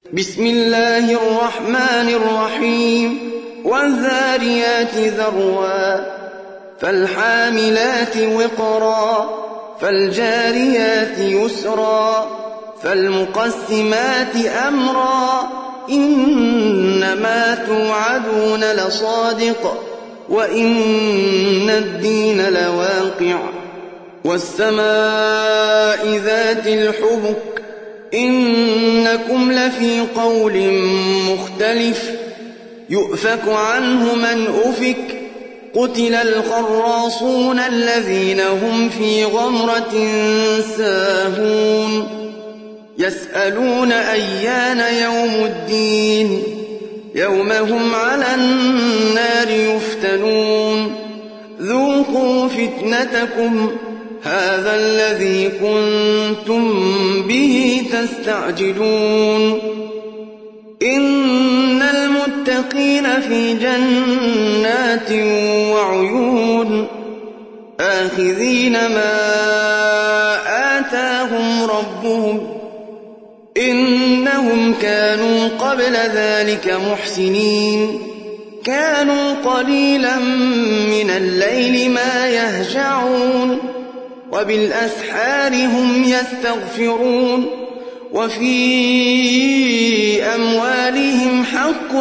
بسم الله الرحمن الرحيم والذاريات ذروا فالحاملات وقرا فالجاريات يسرا فالمقسمات أمرا إنما توعدون لصادق وإن الدين لواقع والسماء ذات الحبك إنكم لفي قول مختلف يؤفك عنه من أفك قتل الخراصون الذين هم في غمرة ساهون يسألون أيان يوم الدين يوم هم على النار يفتنون ذوقوا فتنتكم هذا الذي كنتم به تستعجلون إن المتقين في جنات وعيون آخذين ما آتاهم ربهم إنهم كانوا قبل ذلك محسنين كانوا قليلا من الليل ما يهجعون وبالأسحار هم يستغفرون وفي أموالهم حق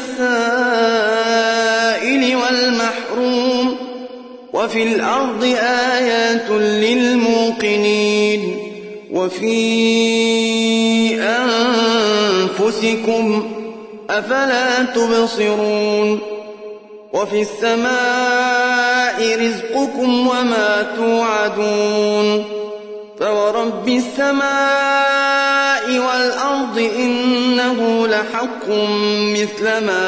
للسائل والمحروم وفي الأرض آيات للموقنين وفي أنفسكم أفلا تبصرون وفي السماء رزقكم وما توعدون فورب السماء والأرض إنه لحق مثل ما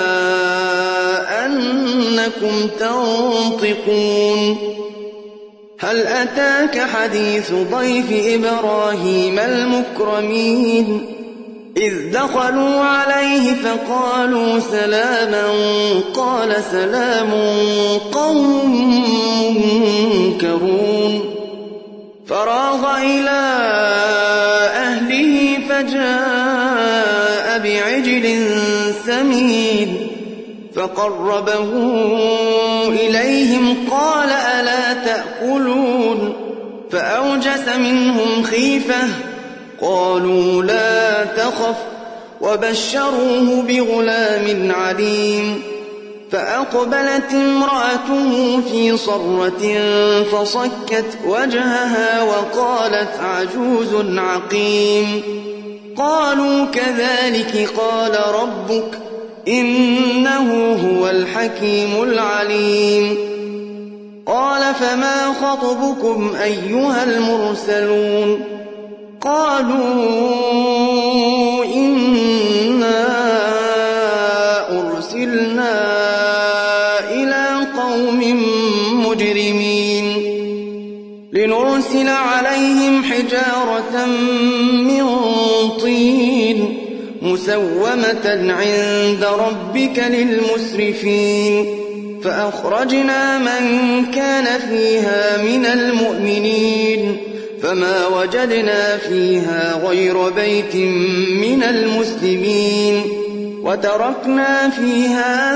أنكم تنطقون هل أتاك حديث ضيف إبراهيم المكرمين إذ دخلوا عليه فقالوا سلاما قال سلام قوم منكرون فراغ إلى أهله فجاء بعجل سمين فقربه إليهم قال ألا تأكلون فأوجس منهم خيفة قالوا لا تخف وبشروه بغلام عليم فأقبلت امرأته في صرة فصكت وجهها وقالت عجوز عقيم قالوا كذلك قال ربك إنه هو الحكيم العليم قال فما خطبكم أيها المرسلون قالوا إنا أرسلنا إلى قوم مجرمين لنرسل عليهم حجارة من طين مسومة عند ربك للمسرفين فأخرجنا من كان فيها من المؤمنين فما وجدنا فيها غير بيت من المسلمين وتركنا فيها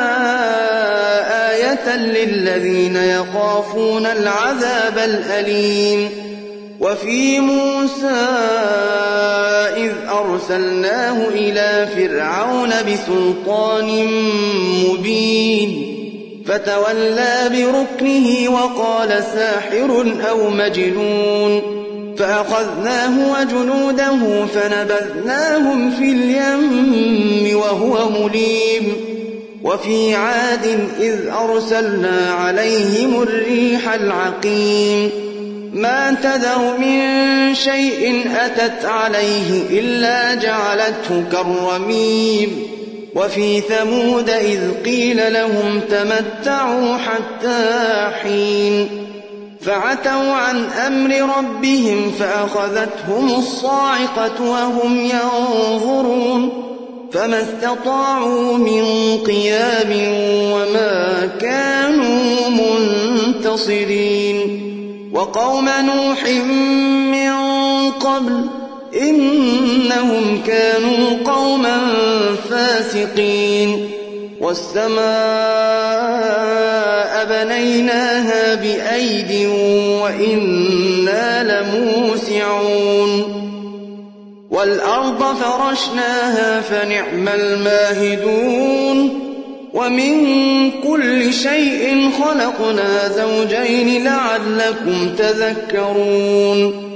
آية للذين يخافون العذاب الأليم وفي موسى إذ أرسلناه إلى فرعون بسلطان مبين فتولى بركنه وقال ساحر أو مجنون فأخذناه وجنوده فنبذناهم في اليم وهو مليم وفي عاد إذ أرسلنا عليهم الريح العقيم ما تذر من شيء أتت عليه إلا جعلته كالرميم وفي ثمود إذ قيل لهم تمتعوا حتى حين فعتوا عن أمر ربهم فأخذتهم الصاعقة وهم ينظرون فما استطاعوا من قيام وما كانوا منتصرين وقوم نوح من قبل إنهم كانوا قوما فاسقين والسماء بنيناها بأيد وإنا لموسعون والأرض فرشناها فنعم الماهدون ومن كل شيء خلقنا زوجين لعلكم تذكرون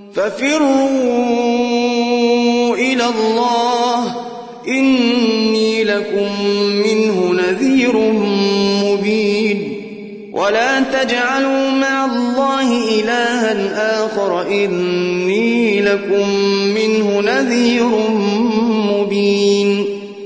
ففروا إلى الله إني لكم منه نذير مبين ولا تجعلوا مع الله إلها آخر إني لكم منه نذير مبين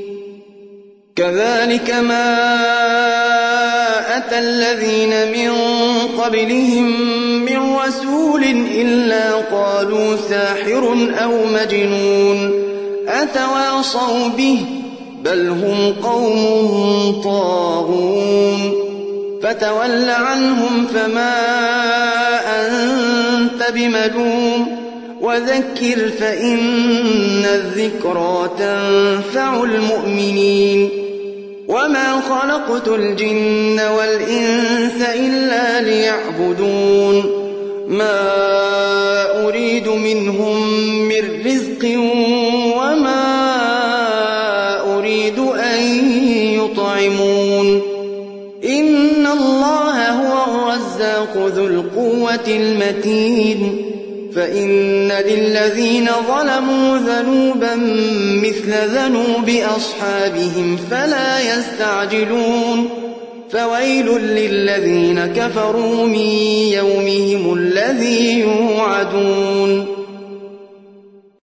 كذلك ما أتى الذين من قبلهم من رسول إلا قالوا ساحر أو مجنون أتواصوا به بل هم قوم طاغون فتول عنهم فما أنت بملوم وذكر فإن الذكرى تنفع المؤمنين وما خلقت الجن والإنس إلا ليعبدون ما أريد منهم من رزق وما أريد أن يطعمون إن الله هو الرزاق ذو القوة المتين فإن للذين ظلموا ذنوبا مثل ذنوب أصحابهم فلا يستعجلون فويل للذين كفروا من يومهم الذي يوعدون